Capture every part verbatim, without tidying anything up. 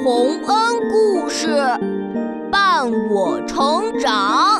洪恩故事伴我成长。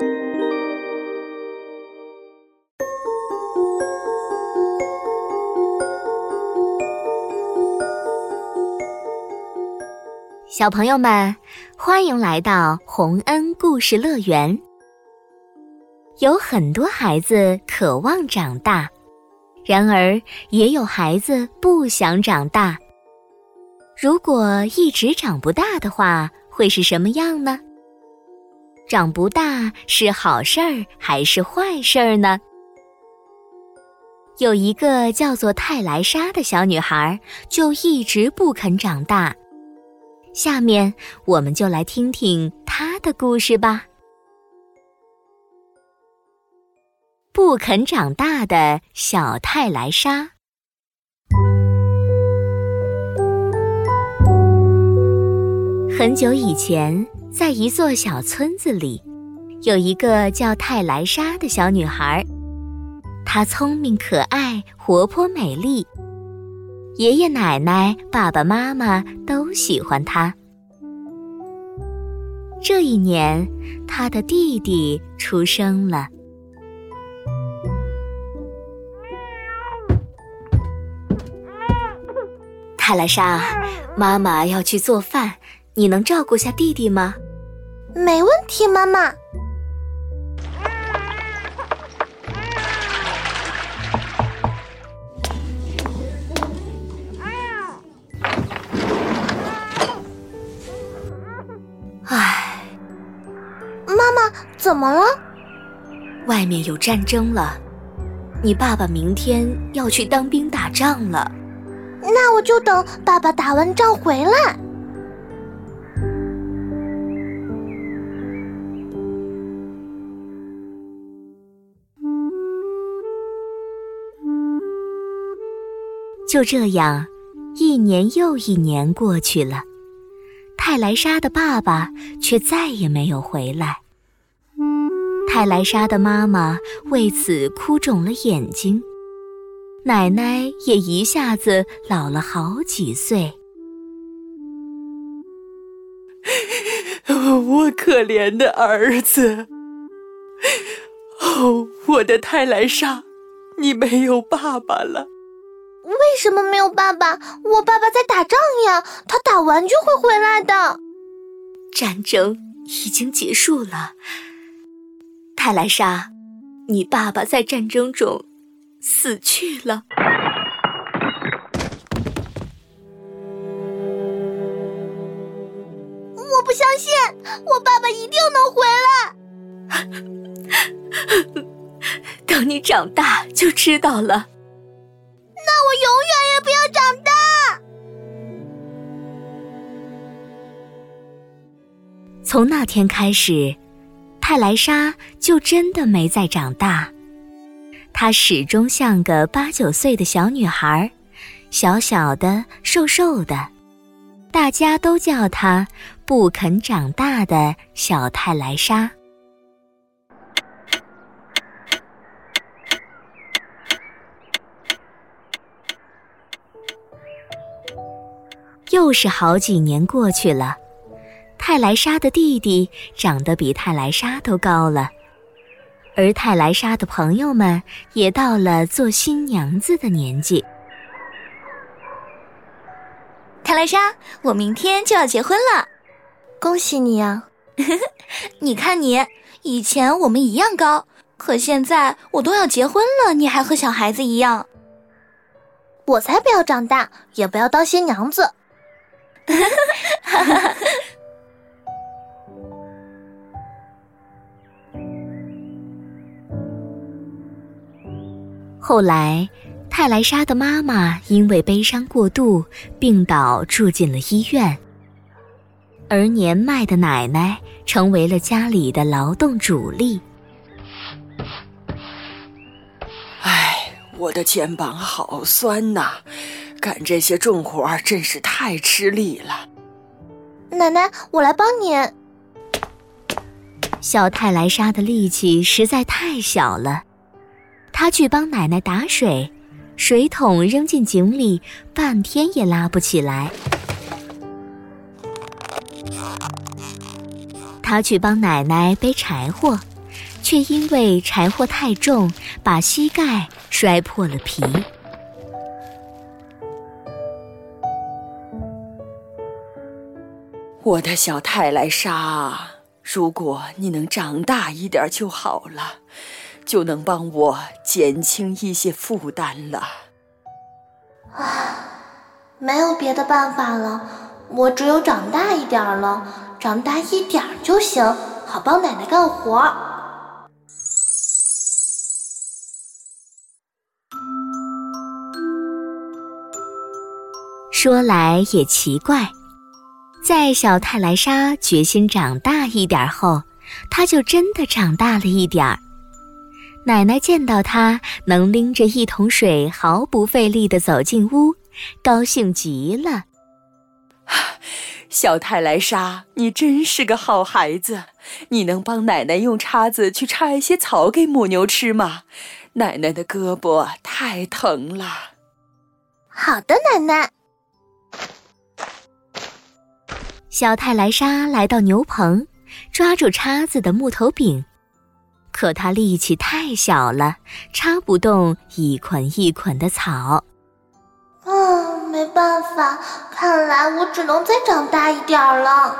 小朋友们，欢迎来到洪恩故事乐园。有很多孩子渴望长大，然而也有孩子不想长大。如果一直长不大的话，会是什么样呢？长不大是好事儿还是坏事儿呢？有一个叫做泰莱莎的小女孩，就一直不肯长大。下面我们就来听听她的故事吧。不肯长大的小泰莱莎。很久以前，在一座小村子里，有一个叫泰莱莎的小女孩。她聪明可爱，活泼美丽，爷爷奶奶、爸爸妈妈都喜欢她。这一年，她的弟弟出生了。泰莱莎，妈妈要去做饭，你能照顾下弟弟吗？ 没问题，妈妈。 唉， 妈妈，怎么了？ 外面有战争了，你爸爸明天要去当兵打仗了。 那我就等爸爸打完仗回来。 就这样，一年又一年过去了，泰莱莎的爸爸却再也没有回来。泰莱莎的妈妈为此哭肿了眼睛，奶奶也一下子老了好几岁。 我可怜的儿子，哦，我的泰莱莎，你没有爸爸了。 为什么没有爸爸？我爸爸在打仗呀，他打完就会回来的。 战争已经结束了，泰莱莎，你爸爸在战争中死去了。 我不相信，我爸爸一定能回来。等你长大就知道了。 那我永远也不要长大。 从那天开始，泰莱莎就真的没再长大。她始终像个八九岁的小女孩，小小的，瘦瘦的，大家都叫她不肯长大的小泰莱莎。又是好几年过去了，泰莱莎的弟弟长得比泰莱莎都高了，而泰莱莎的朋友们也到了做新娘子的年纪。 泰莱莎，我明天就要结婚了。 恭喜你啊。 你看你，以前我们一样高，可现在我都要结婚了，你还和小孩子一样。 我才不要长大，也不要当新娘子。 后来，泰莱莎的妈妈因为悲伤过度，病倒住进了医院。而年迈的奶奶成为了家里的劳动主力。 唉，我的肩膀好酸呐，干这些重活真是太吃力了。 奶奶，我来帮你。 小泰莱莎的力气实在太小了，她去帮奶奶打水，水桶扔进井里，半天也拉不起来。 他去帮奶奶背柴火，却因为柴火太重，把膝盖摔破了皮。 我的小泰莱莎，如果你能长大一点就好了，就能帮我减轻一些负担了。 唉，没有别的办法了，我只有长大一点了，长大一点就行，好帮奶奶干活。 说来也奇怪，在小泰莱莎决心长大一点后，她就真的长大了一点儿。奶奶见到她能拎着一桶水毫不费力地走进屋，高兴极了。 小泰莱莎，你真是个好孩子，你能帮奶奶用叉子去插一些草给母牛吃吗？奶奶的胳膊太疼了。 好的，奶奶。 小泰莱莎来到牛棚，抓住叉子的木头柄，可她力气太小了，插不动一捆一捆的草。 嗯，没办法，看来我只能再长大一点了。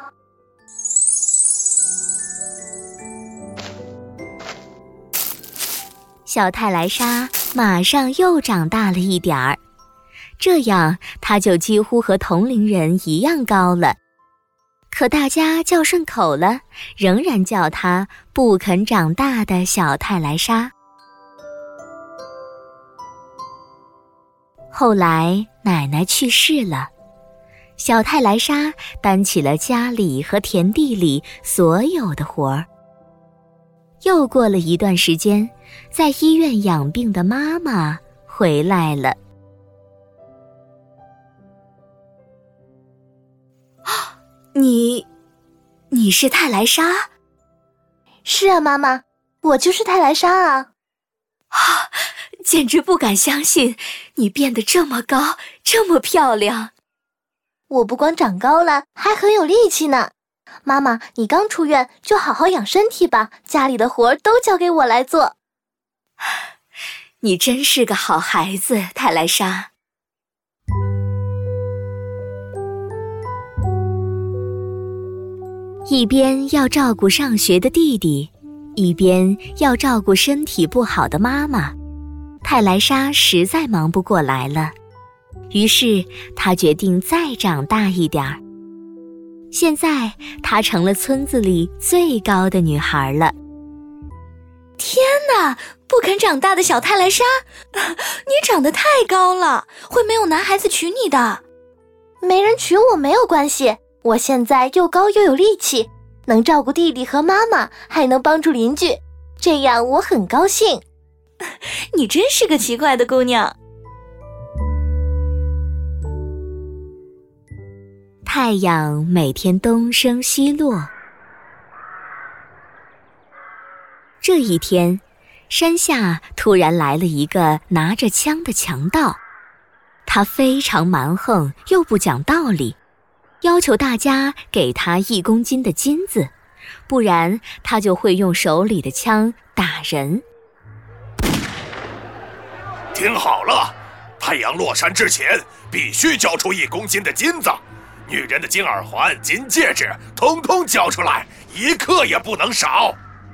小泰莱莎马上又长大了一点儿，这样她就几乎和同龄人一样高了。可大家叫顺口了，仍然叫她不肯长大的小泰莱莎。后来奶奶去世了，小泰莱莎担起了家里和田地里所有的活儿。又过了一段时间，在医院养病的妈妈回来了。你，你是泰莱莎？ 是啊，妈妈，我就是泰莱莎啊。 啊，简直不敢相信，你变得这么高，这么漂亮。 我不光长高了，还很有力气呢。妈妈，你刚出院，就好好养身体吧，家里的活都交给我来做。 你真是个好孩子，泰莱莎。一边要照顾上学的弟弟，一边要照顾身体不好的妈妈，泰莱莎实在忙不过来了。于是她决定再长大一点儿。现在她成了村子里最高的女孩了。 天哪，不肯长大的小泰莱莎，你长得太高了，会没有男孩子娶你的。 没人娶我没有关系，我现在又高又有力气，能照顾弟弟和妈妈，还能帮助邻居，这样我很高兴。 你真是个奇怪的姑娘。 太阳每天东升西落。这一天，山下突然来了一个拿着枪的强盗，他非常蛮横又不讲道理，要求大家给他一公斤的金子，不然他就会用手里的枪打人。 听好了，太阳落山之前必须交出一公斤的金子，女人的金耳环、金戒指统统交出来，一克也不能少。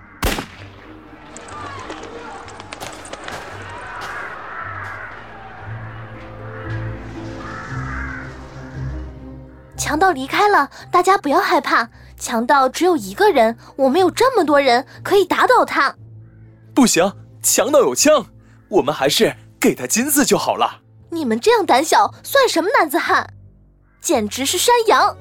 强盗离开了，大家不要害怕，强盗只有一个人，我们有这么多人可以打倒他。 不行，强盗有枪，我们还是给他金子就好了。 你们这样胆小，算什么男子汉？简直是山羊！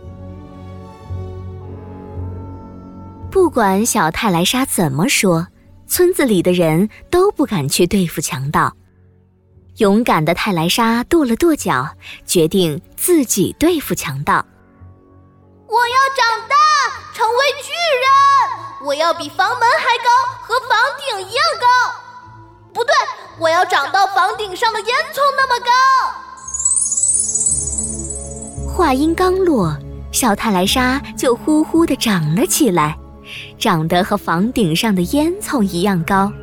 不管小泰莱莎怎么说，村子里的人都不敢去对付强盗。勇敢的泰莱莎跺了跺脚，决定自己对付强盗。 我要长大，成为巨人！我要比房门还高，和房顶一样高。不对，我要长到房顶上的烟囱那么高。 话音刚落， 小泰莱莎就呼呼地长了起来，长得和房顶上的烟囱一样高。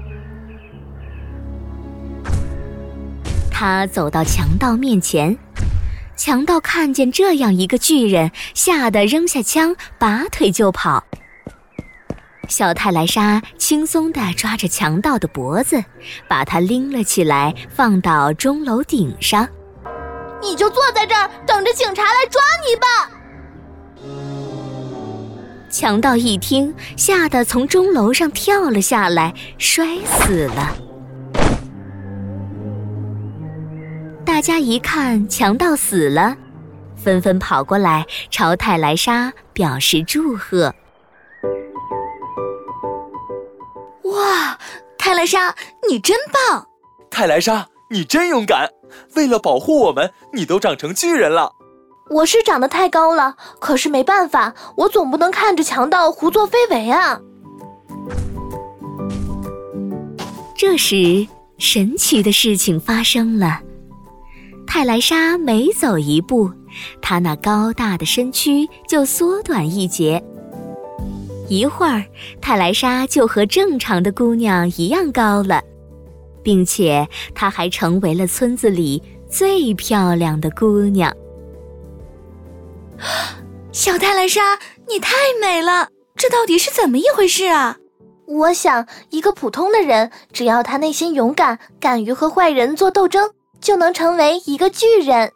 他走到强盗面前，强盗看见这样一个巨人，吓得扔下枪，拔腿就跑。小泰莱莎轻松地抓着强盗的脖子，把他拎了起来，放到钟楼顶上。 你就坐在这儿，等着警察来抓你吧！ 强盗一听，吓得从钟楼上跳了下来，摔死了。大家一看强盗死了，纷纷跑过来朝泰莱莎表示祝贺。 哇，泰莱莎，你真棒！ 泰莱莎，你真勇敢！为了保护我们，你都长成巨人了。 我是长得太高了，可是没办法，我总不能看着强盗胡作非为啊！ 这时，神奇的事情发生了。泰莱莎每走一步，她那高大的身躯就缩短一截。一会儿，泰莱莎就和正常的姑娘一样高了，并且她还成为了村子里最漂亮的姑娘。 小泰莱莎，你太美了，这到底是怎么一回事啊？ 我想，一个普通的人，只要他内心勇敢，敢于和坏人做斗争，就能成为一个巨人。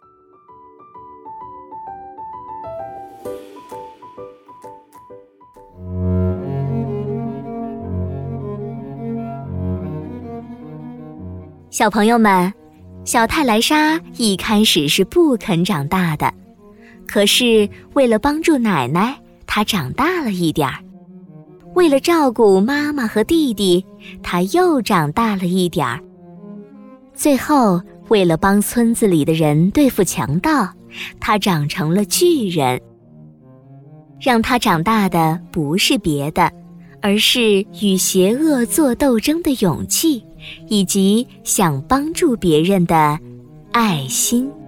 小朋友们，小泰莱莎一开始是不肯长大的，可是为了帮助奶奶，她长大了一点儿；为了照顾妈妈和弟弟，她又长大了一点儿。最后，为了帮村子里的人对付强盗，她长成了巨人。让她长大的不是别的，而是与邪恶做斗争的勇气，以及想帮助别人的爱心。